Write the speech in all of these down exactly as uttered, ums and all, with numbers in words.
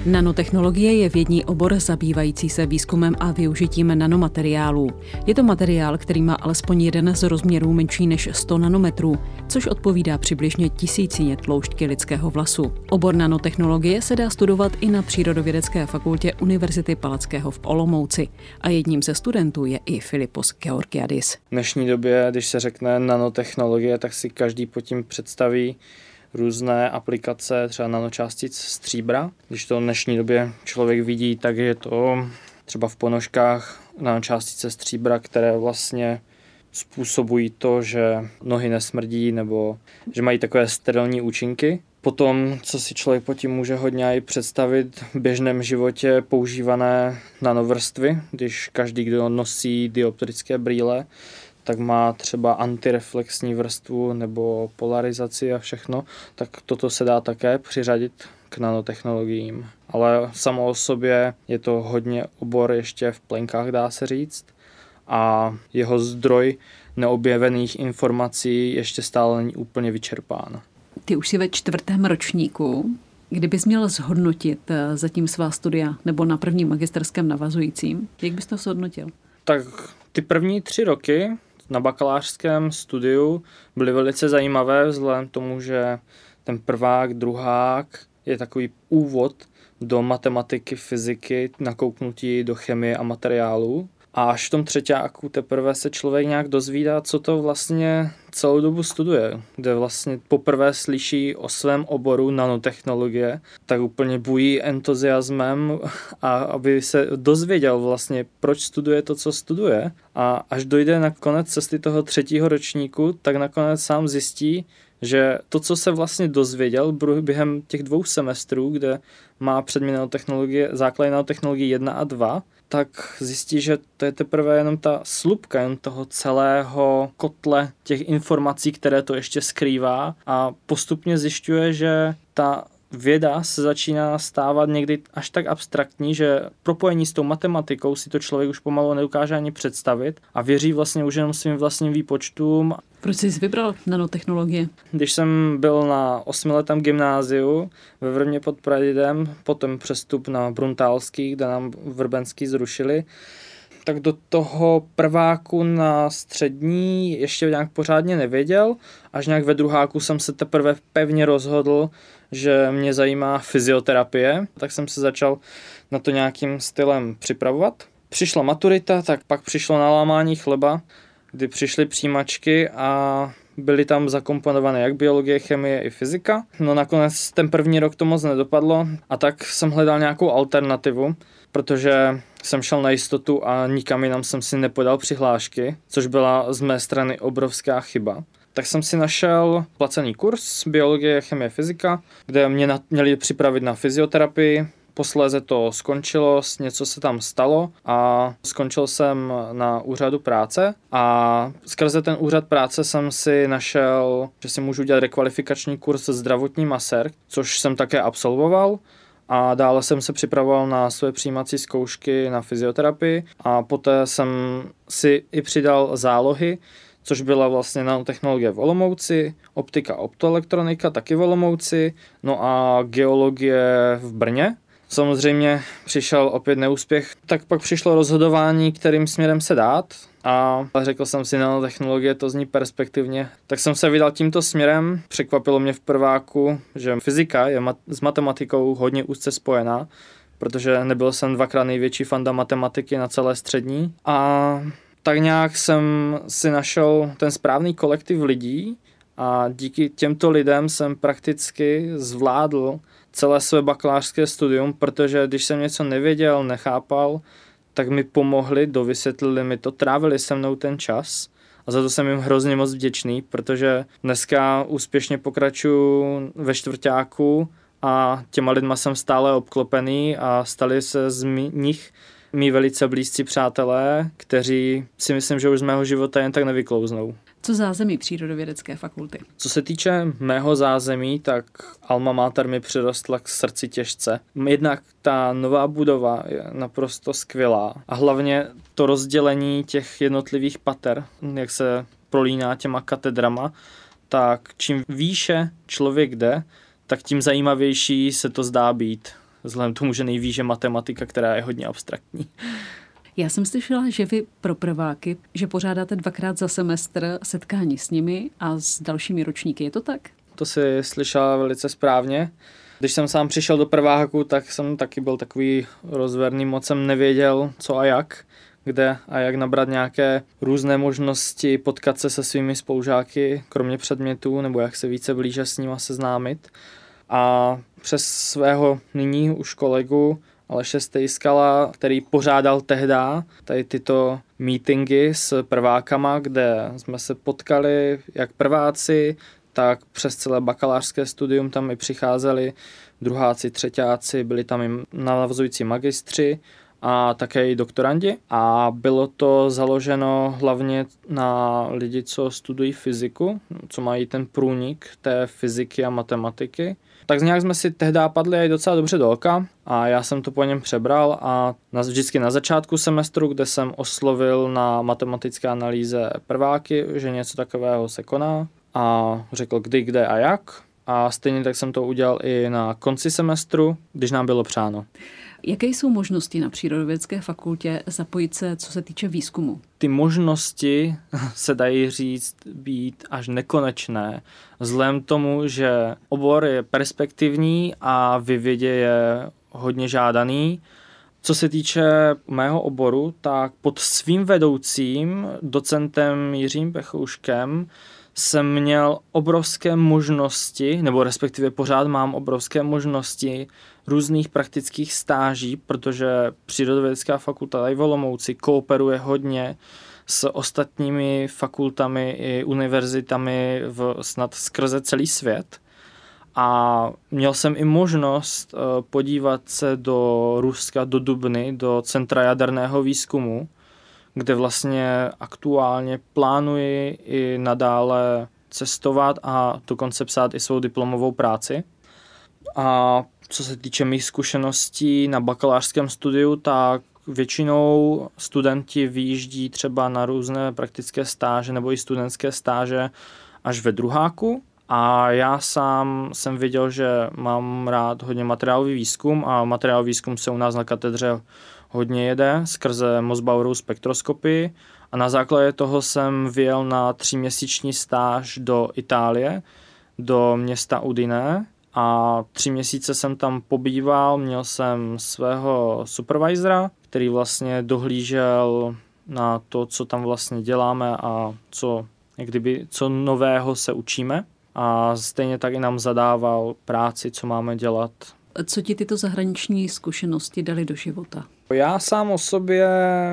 Nanotechnologie je vědní obor zabývající se výzkumem a využitím nanomateriálů. Je to materiál, který má alespoň jeden z rozměrů menší než sto nanometrů, což odpovídá přibližně tisícině tloušťky lidského vlasu. Obor nanotechnologie se dá studovat i na Přírodovědecké fakultě Univerzity Palackého v Olomouci a jedním ze studentů je i Filipos Georgiadis. V dnešní době, když se řekne nanotechnologie, tak si každý pod tím představí různé aplikace, třeba nanočástic stříbra. Když to v dnešní době člověk vidí, tak je to třeba v ponožkách nanočástice stříbra, které vlastně způsobují to, že nohy nesmrdí nebo že mají takové sterilní účinky. Potom, co si člověk pod tím může hodně i představit v běžném životě používané nanovrstvy, když každý, kdo nosí dioptrické brýle, tak má třeba antireflexní vrstvu nebo polarizaci a všechno, tak toto se dá také přiřadit k nanotechnologiím. Ale samo o sobě je to hodně obor ještě v plenkách, dá se říct, a jeho zdroj neobjevených informací ještě stále není úplně vyčerpán. Ty už jsi ve čtvrtém ročníku. Kdybys měl zhodnotit zatím svá studia nebo na prvním magisterském navazujícím, jak bys to zhodnotil? Tak ty první tři roky na bakalářském studiu byly velice zajímavé vzhledem tomu, že ten prvák, druhák je takový úvod do matematiky, fyziky, nakouknutí do chemie a materiálů. A až v tom třeťáku teprve se člověk nějak dozvídá, co to vlastně celou dobu studuje, kde vlastně poprvé slyší o svém oboru nanotechnologie, tak úplně bují entuziasmem, a aby se dozvěděl vlastně, proč studuje to, co studuje. A až dojde na konec cesty toho třetího ročníku, tak nakonec sám zjistí, že to, co se vlastně dozvěděl během těch dvou semestrů, kde má předmět nanotechnologie, základy nanotechnologie jedna a dva, tak zjistí, že to je teprve jenom ta slupka jen toho celého kotle těch informací, které to ještě skrývá, a postupně zjišťuje, že ta věda se začíná stávat někdy až tak abstraktní, že propojení s tou matematikou si to člověk už pomalu nedokáže ani představit a věří vlastně už jenom svým vlastním výpočtům. Proč jsi vybral nanotechnologie? Když jsem byl na osmiletém gymnáziu ve Vrmě pod Pradidem, potom přestup na Bruntálský, kde nám Vrbenský zrušili, tak do toho prváku na střední ještě nějak pořádně nevěděl. Až nějak ve druháku jsem se teprve pevně rozhodl, že mě zajímá fyzioterapie, tak jsem se začal na to nějakým stylem připravovat. Přišla maturita, tak pak přišlo nalámání chleba, kdy přišly přijímačky a byly tam zakomponované jak biologie, chemie i fyzika. No nakonec ten první rok to moc nedopadlo a tak jsem hledal nějakou alternativu, protože jsem šel na jistotu a nikam jinam jsem si nepodal přihlášky, což byla z mé strany obrovská chyba. Tak jsem si našel placený kurz biologie, chemie, fyzika, kde mě na, měli připravit na fyzioterapii. Posléze to skončilo, něco se tam stalo a skončil jsem na úřadu práce a skrze ten úřad práce jsem si našel, že si můžu dělat rekvalifikační kurz zdravotní masér, což jsem také absolvoval. A dále jsem se připravoval na své přijímací zkoušky na fyzioterapii a poté jsem si i přidal zálohy, což byla vlastně nanotechnologie v Olomouci, optika, optoelektronika taky v Olomouci, no a geologie v Brně. Samozřejmě přišel opět neúspěch, tak pak přišlo rozhodování, kterým směrem se dát a řekl jsem si, nanotechnologie to zní perspektivně. Tak jsem se vydal tímto směrem, překvapilo mě v prváku, že fyzika je mat- s matematikou hodně úzce spojená, protože nebyl jsem dvakrát největší fanda matematiky na celé střední a tak nějak jsem si našel ten správný kolektiv lidí a díky těmto lidem jsem prakticky zvládl celé své bakalářské studium, protože když jsem něco nevěděl, nechápal, tak mi pomohli, dovysvětlili mi to, trávili se mnou ten čas a za to jsem jim hrozně moc vděčný, protože dneska úspěšně pokračuju ve čtvrťáku a těma lidma jsem stále obklopený a stali se z nich mý velice blízcí přátelé, kteří si myslím, že už z mého života jen tak nevyklouznou. Co zázemí Přírodovědecké fakulty? Co se týče mého zázemí, tak alma mater mi přirostla k srdci těžce. Jednak ta nová budova je naprosto skvělá a hlavně to rozdělení těch jednotlivých pater, jak se prolíná těma katedrama, tak čím výše člověk jde, tak tím zajímavější se to zdá být. vzhledem tomu, že nejví, že matematika, která je hodně abstraktní. Já jsem slyšela, že vy pro prváky, že pořádáte dvakrát za semestr setkání s nimi a s dalšími ročníky, je to tak? To si slyšela velice správně. Když jsem sám přišel do prváku, tak jsem taky byl takový rozverný, moc jsem nevěděl, co a jak, kde a jak nabrat nějaké různé možnosti potkat se se svými spolužáky, kromě předmětů, nebo jak se více blíže s nima seznámit. A přes svého nyní už kolegu Aleše Stejskala, který pořádal tehda tady tyto meetingy s prvákama, kde jsme se potkali jak prváci, tak přes celé bakalářské studium tam i přicházeli druháci, třeťáci, byli tam i navazující magistři a také i doktorandi. A bylo to založeno hlavně na lidi, co studují fyziku, co mají ten průnik té fyziky a matematiky. Tak nějak jsme si tehdy padli aj docela dobře do oka a já jsem to po něm přebral a na, vždycky na začátku semestru, kde jsem oslovil na matematické analýze prváky, že něco takového se koná a řekl kdy, kde a jak. A stejně tak jsem to udělal i na konci semestru, když nám bylo přáno. Jaké jsou možnosti na Přírodovědecké fakultě zapojit se, co se týče výzkumu? Ty možnosti se dají říct být až nekonečné, vzhledem tomu, že obor je perspektivní a ve vědě je hodně žádaný. Co se týče mého oboru, tak pod svým vedoucím, docentem Jiřím Pechouškem, jsem měl obrovské možnosti, nebo respektive pořád mám obrovské možnosti různých praktických stáží, protože Přírodovědecká fakulta tady v Olomouci kooperuje hodně s ostatními fakultami i univerzitami v, snad skrze celý svět. A měl jsem i možnost podívat se do Ruska, do Dubny, do Centra jaderného výzkumu, kde vlastně aktuálně plánuji i nadále cestovat a dokonce psát i svou diplomovou práci. A co se týče mých zkušeností na bakalářském studiu, tak většinou studenti vyjíždí třeba na různé praktické stáže nebo i studentské stáže až ve druháku. A já sám jsem viděl, že mám rád hodně materiálový výzkum a materiálový výzkum se u nás na katedře hodně jede skrze Mosbauerovu spektroskopii a na základě toho jsem vyjel na tříměsíční stáž do Itálie, do města Udine a tři měsíce jsem tam pobýval, měl jsem svého supervisora, který vlastně dohlížel na to, co tam vlastně děláme a co, jak kdyby, co nového se učíme a stejně tak i nám zadával práci, co máme dělat. Co ti tyto zahraniční zkušenosti dali do života? Já sám o sobě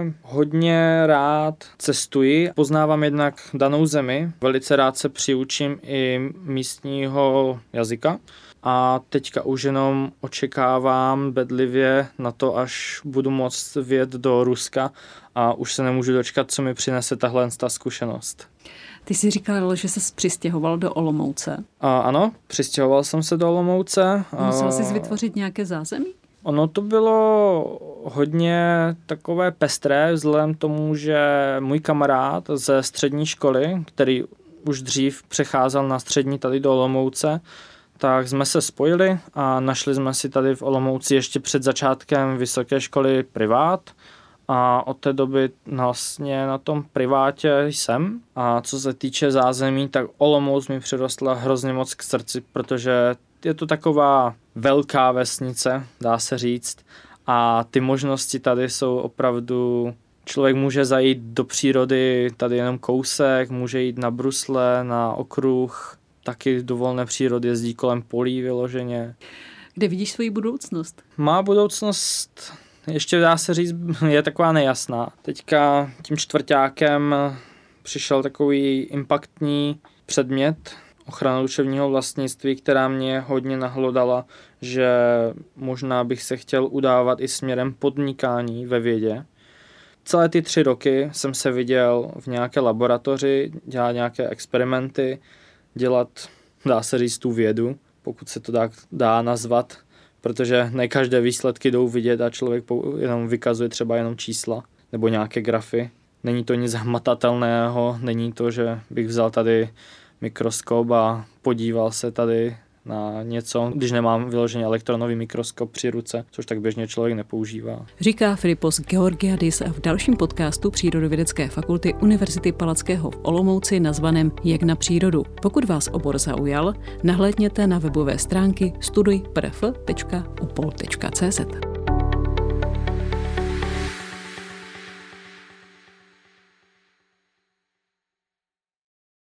hodně rád cestuji, poznávám jednak danou zemi, velice rád se přiučím i místního jazyka a teďka už jenom očekávám bedlivě na to, až budu moct vyjet do Ruska a už se nemůžu dočkat, co mi přinese tahle ta zkušenost. Ty jsi říkal, že jsi přistěhoval do Olomouce. A ano, přistěhoval jsem se do Olomouce. Musel jsi vytvořit nějaké zázemí? Ono to bylo hodně takové pestré, vzhledem tomu, že můj kamarád ze střední školy, který už dřív přecházel na střední tady do Olomouce, tak jsme se spojili a našli jsme si tady v Olomouci ještě před začátkem vysoké školy privát. A od té doby vlastně na tom privátě jsem. A co se týče zázemí, tak Olomouc mi přirostla hrozně moc k srdci, protože je to taková velká vesnice, dá se říct. A ty možnosti tady jsou opravdu... Člověk může zajít do přírody tady jenom kousek, může jít na brusle, na okruh, taky do volné přírody jezdí kolem polí vyloženě. Kde vidíš svoji budoucnost? Má budoucnost... Ještě dá se říct, je taková nejasná. Teďka tím čtvrťákem přišel takový impaktní předmět ochrana duševního vlastnictví, která mě hodně nahlodala, že možná bych se chtěl udávat i směrem podnikání ve vědě. Celé ty tři roky jsem se viděl v nějaké laboratoři, dělat nějaké experimenty, dělat, dá se říct, tu vědu, pokud se to dá, dá nazvat, protože ne každé výsledky jdou vidět a člověk jenom vykazuje třeba jenom čísla nebo nějaké grafy. Není to nic hmatatelného, není to, že bych vzal tady mikroskop a podíval se tady na něco, když nemám vyloženě elektronový mikroskop při ruce, což tak běžně člověk nepoužívá. Říká Filipos Georgiadis v dalším podcastu Přírodovědecké fakulty Univerzity Palackého v Olomouci nazvaném Jak na přírodu. Pokud vás obor zaujal, nahlédněte na webové stránky studuj p r f tečka u p o l tečka c z.